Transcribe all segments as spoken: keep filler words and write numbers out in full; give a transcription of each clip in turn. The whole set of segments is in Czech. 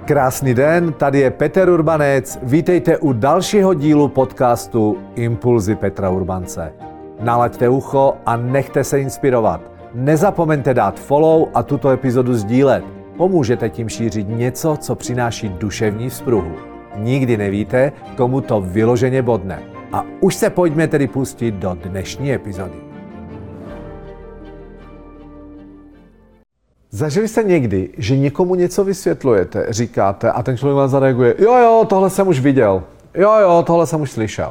Krásný den, tady je Petr Urbanec. Vítejte u dalšího dílu podcastu Impulzy Petra Urbance. Nalaďte ucho a nechte se inspirovat. Nezapomeňte dát follow a tuto epizodu sdílet. Pomůžete tím šířit něco, co přináší duševní vzpruhu. Nikdy nevíte, komu to vyloženě bodne. A už se pojďme tedy pustit do dnešní epizody. Zažili jste někdy, že někomu něco vysvětlujete, říkáte a ten člověk vám zareaguje, jo, jo, tohle jsem už viděl, jo, jo, tohle jsem už slyšel.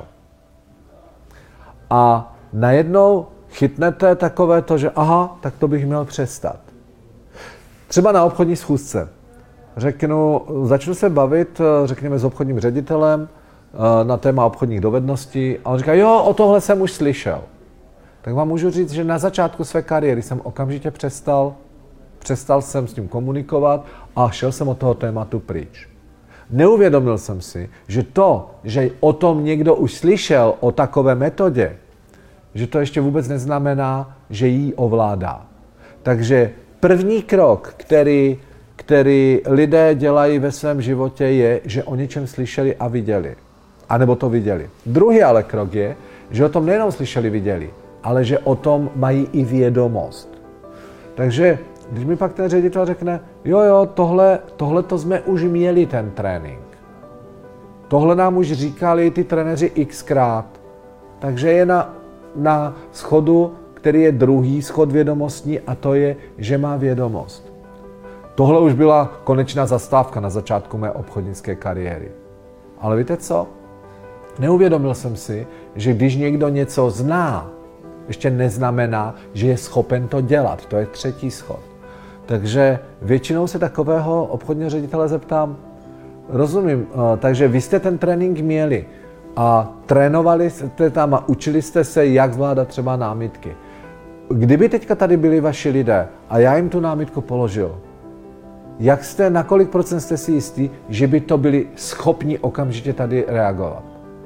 A najednou chytnete takové to, že aha, tak to bych měl přestat. Třeba na obchodní schůzce. Řeknu, začnu se bavit, řekněme, s obchodním ředitelem na téma obchodních dovedností a on říká, jo, o tohle jsem už slyšel. Tak vám můžu říct, že na začátku své kariéry jsem okamžitě přestal Přestal jsem s ním komunikovat a šel jsem od toho tématu pryč. Neuvědomil jsem si, že to, že o tom někdo už slyšel, o takové metodě, že to ještě vůbec neznamená, že ji ovládá. Takže první krok, který, který lidé dělají ve svém životě, je, že o něčem slyšeli a viděli. A nebo to viděli. Druhý ale krok je, že o tom nejenom slyšeli, viděli, ale že o tom mají i vědomost. Takže když mi pak ten ředitel řekne, jo, jo, tohle, tohle to jsme už měli ten trénink. Tohle nám už říkali ty trenéři xkrát. Takže je na, na schodu, který je druhý schod vědomostní a to je, že má vědomost. Tohle už byla konečná zastávka na začátku mé obchodnické kariéry. Ale víte co? Neuvědomil jsem si, že když někdo něco zná, ještě neznamená, že je schopen to dělat. To je třetí schod. Takže většinou se takového obchodního ředitele zeptám, rozumím, takže vy jste ten trénink měli a trénovali jste tam a učili jste se, jak zvládat třeba námitky. Kdyby teďka tady byli vaši lidé a já jim tu námitku položil, jak jste, na kolik procent jste si jistí, že by to byli schopni okamžitě tady reagovat?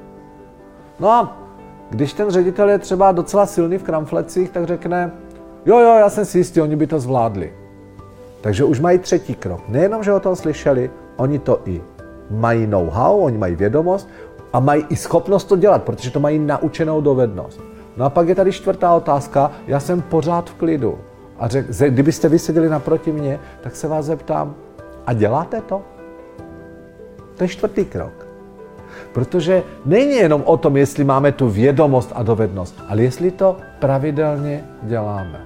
No a když ten ředitel je třeba docela silný v kramflecích, tak řekne, jo, jo, já jsem si jistý, oni by to zvládli. Takže už mají třetí krok. Nejenom, že o tom slyšeli, oni to i mají know-how, oni mají vědomost a mají i schopnost to dělat, protože to mají naučenou dovednost. No a pak je tady čtvrtá otázka, já jsem pořád v klidu. A řek, kdybyste vy seděli naproti mě, tak se vás zeptám, a děláte to? To je čtvrtý krok. Protože není jenom o tom, jestli máme tu vědomost a dovednost, ale jestli to pravidelně děláme.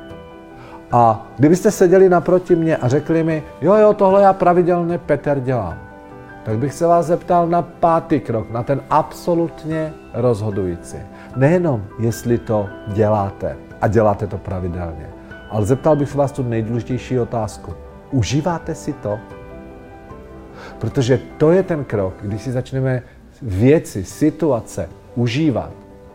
A kdybyste seděli naproti mě a řekli mi, jo, jo, tohle já pravidelně, Petr, dělám, tak bych se vás zeptal na pátý krok, na ten absolutně rozhodující. Nejenom, jestli to děláte a děláte to pravidelně, ale zeptal bych se vás tu nejdůležitější otázku. Užíváte si to? Protože to je ten krok, když si začneme věci, situace užívat.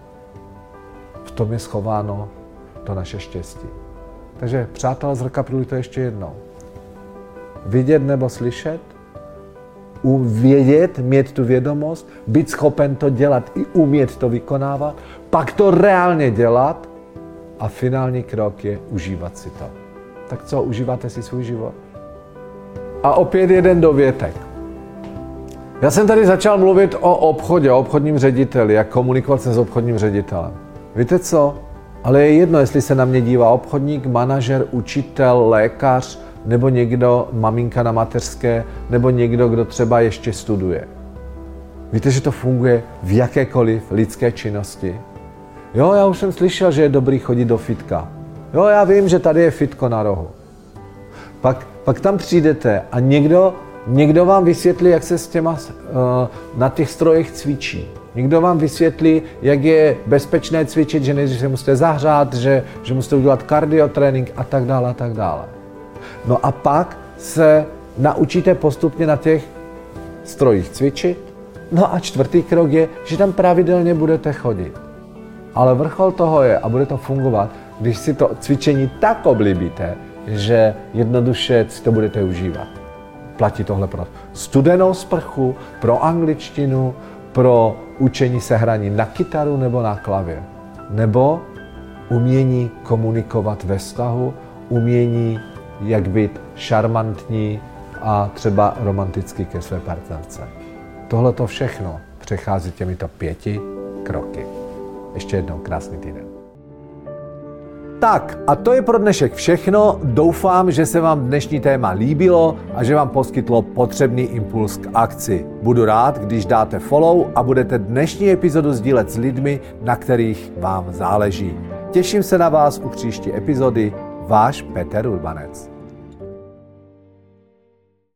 V tom je schováno to naše štěstí. Takže, přátelé, zrekapitulujte ještě jednou. Vidět nebo slyšet, vědět, mít tu vědomost, být schopen to dělat i umět to vykonávat, pak to reálně dělat a finální krok je užívat si to. Tak co, užíváte si svůj život? A opět jeden dovětek. Já jsem tady začal mluvit o obchodě, o obchodním řediteli, jak komunikovat se s obchodním ředitelem. Víte co? Ale je jedno, jestli se na mě dívá obchodník, manažer, učitel, lékař, nebo někdo, maminka na mateřské, nebo někdo, kdo třeba ještě studuje. Víte, že to funguje v jakékoliv lidské činnosti? Jo, já už jsem slyšel, že je dobrý chodit do fitka. Jo, já vím, že tady je fitko na rohu. Pak, pak tam přijdete a někdo, někdo vám vysvětlí, jak se s těma uh, na těch strojech cvičí. Někdo vám vysvětlí, jak je bezpečné cvičit, že nejdřív se musíte zahřát, že, že musíte udělat kardiotrénink a tak dále a tak dále. No a pak se naučíte postupně na těch strojích cvičit. No a čtvrtý krok je, že tam pravidelně budete chodit. Ale vrchol toho je, a bude to fungovat, když si to cvičení tak oblíbíte, že jednoduše si to budete užívat. Platí tohle pro studenou sprchu, pro angličtinu, pro učení se hraní na kytaru nebo na klavír. Nebo umění komunikovat ve vztahu, umění, jak být šarmantní a třeba romanticky ke své partnerce. Tohle to všechno přechází těmito pěti kroky. Ještě jednou krásný týden. Tak a to je pro dnešek všechno. Doufám, že se vám dnešní téma líbilo a že vám poskytlo potřebný impuls k akci. Budu rád, když dáte follow a budete dnešní epizodu sdílet s lidmi, na kterých vám záleží. Těším se na vás u příští epizody. Váš Petr Urbanec.